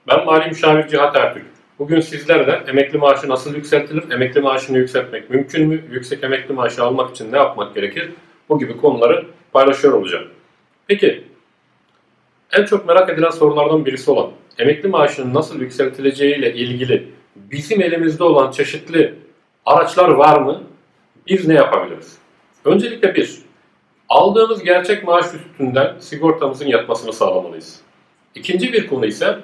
Ben mali müşavir Cihat Ertürk. Bugün sizlerle emekli maaşı nasıl yükseltilir, emekli maaşını yükseltmek mümkün mü, yüksek emekli maaşı almak için ne yapmak gerekir, bu gibi konuları paylaşıyor olacağım. Peki, en çok merak edilen sorulardan birisi olan emekli maaşının nasıl yükseltileceği ile ilgili bizim elimizde olan çeşitli araçlar var mı? Biz ne yapabiliriz? Öncelikle aldığımız gerçek maaş üstünden sigortamızın yatmasını sağlamalıyız. İkinci bir konu ise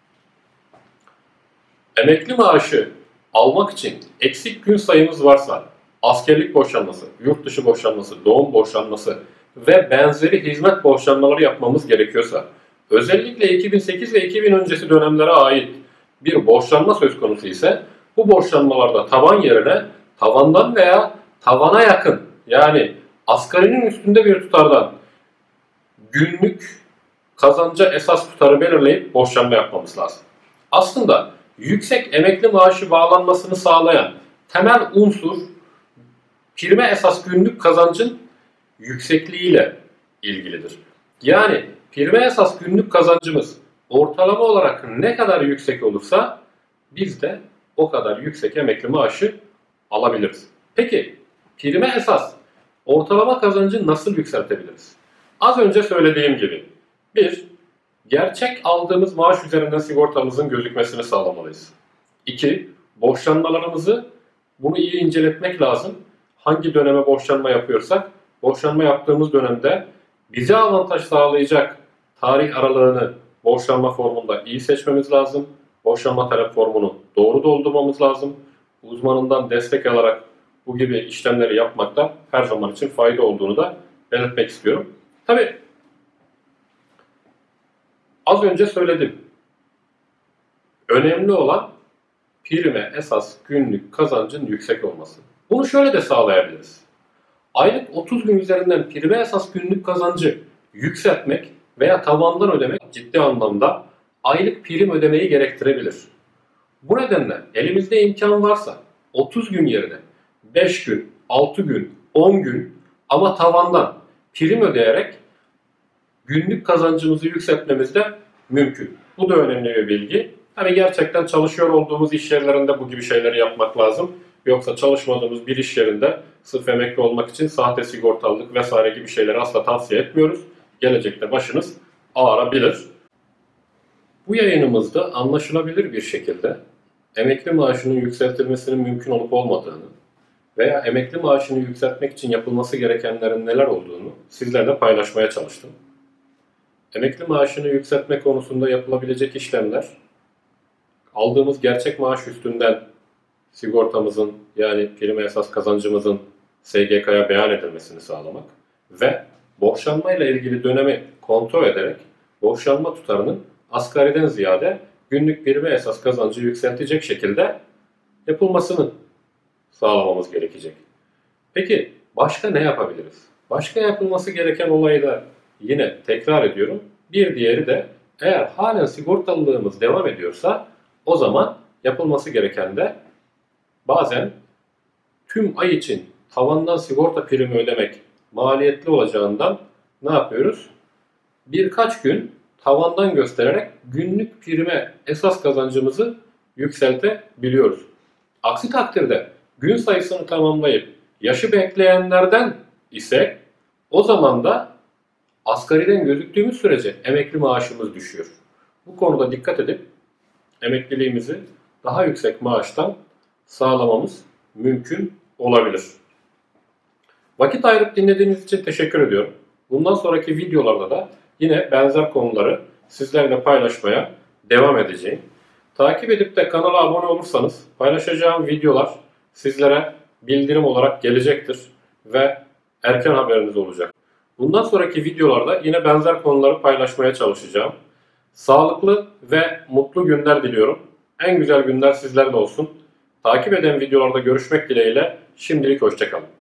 emekli maaşı almak için eksik gün sayımız varsa, askerlik boşanması, yurt dışı boşanması, doğum boşanması ve benzeri hizmet boşanmaları yapmamız gerekiyorsa, özellikle 2008 ve 2000 öncesi dönemlere ait bir borçlanma söz konusu ise, bu borçlanmalarda tavan yerine tavandan veya tavana yakın, yani asgarinin üstünde bir tutardan günlük kazanca esas tutarı belirleyip borçlanma yapmamız lazım. Aslında yüksek emekli maaşı bağlanmasını sağlayan temel unsur prime esas günlük kazancın yüksekliğiyle ilgilidir. Yani prime esas günlük kazancımız ortalama olarak ne kadar yüksek olursa biz de o kadar yüksek emekli maaşı alabiliriz. Peki prime esas ortalama kazancı nasıl yükseltebiliriz? Az önce söylediğim gibi gerçek aldığımız maaş üzerinden sigortamızın gözükmesini sağlamalıyız. 2. Borçlanmalarımızı bunu iyi inceletmek lazım. Hangi döneme borçlanma yapıyorsak, borçlanma yaptığımız dönemde bize avantaj sağlayacak tarih aralığını borçlanma formunda iyi seçmemiz lazım. Borçlanma talep formunu doğru doldurmamız lazım. Uzmanından destek alarak bu gibi işlemleri yapmakta her zaman için fayda olduğunu da belirtmek istiyorum. Tabii az önce söyledim. Önemli olan prime esas günlük kazancın yüksek olması. Bunu şöyle de sağlayabiliriz. Aylık 30 gün üzerinden prime esas günlük kazancı yükseltmek veya tavandan ödemek ciddi anlamda aylık prim ödemeyi gerektirebilir. Bu nedenle elimizde imkan varsa 30 gün yerine 5 gün, 6 gün, 10 gün ama tavandan prim ödeyerek günlük kazancımızı yükseltmemiz de mümkün. Bu da önemli bir bilgi. Hani gerçekten çalışıyor olduğumuz iş yerlerinde bu gibi şeyleri yapmak lazım. Yoksa çalışmadığımız bir iş yerinde sırf emekli olmak için sahte sigortalılık vesaire gibi şeyleri asla tavsiye etmiyoruz. Gelecekte başınız ağrabilir. Bu yayınımızda anlaşılabilir bir şekilde emekli maaşının yükseltilmesinin mümkün olup olmadığını veya emekli maaşını yükseltmek için yapılması gerekenlerin neler olduğunu sizlerle paylaşmaya çalıştım. Emekli maaşını yükseltme konusunda yapılabilecek işlemler, aldığımız gerçek maaş üstünden sigortamızın yani prime esas kazancımızın SGK'ya beyan edilmesini sağlamak ve borçlanma ile ilgili dönemi kontrol ederek borçlanma tutarının asgariden ziyade günlük prime esas kazancı yükseltecek şekilde yapılmasını sağlamamız gerekecek. Peki başka ne yapabiliriz? Başka yapılması gereken olayı da yine tekrar ediyorum. Bir diğeri de eğer halen sigortalılığımız devam ediyorsa o zaman yapılması gereken de bazen tüm ay için tavandan sigorta primi ödemek maliyetli olacağından ne yapıyoruz? Birkaç gün tavandan göstererek günlük prime esas kazancımızı yükseltebiliyoruz. Aksi takdirde gün sayısını tamamlayıp yaşı bekleyenlerden ise o zaman da asgariden gözüktüğümüz sürece emekli maaşımız düşüyor. Bu konuda dikkat edip emekliliğimizi daha yüksek maaştan sağlamamız mümkün olabilir. Vakit ayırıp dinlediğiniz için teşekkür ediyorum. Bundan sonraki videolarda da yine benzer konuları sizlerle paylaşmaya devam edeceğim. Takip edip de kanala abone olursanız paylaşacağım videolar sizlere bildirim olarak gelecektir ve erken haberiniz olacak. Bundan sonraki videolarda yine benzer konuları paylaşmaya çalışacağım. Sağlıklı ve mutlu günler diliyorum. En güzel günler sizlerle olsun. Takip eden videolarda görüşmek dileğiyle şimdilik hoşça kalın.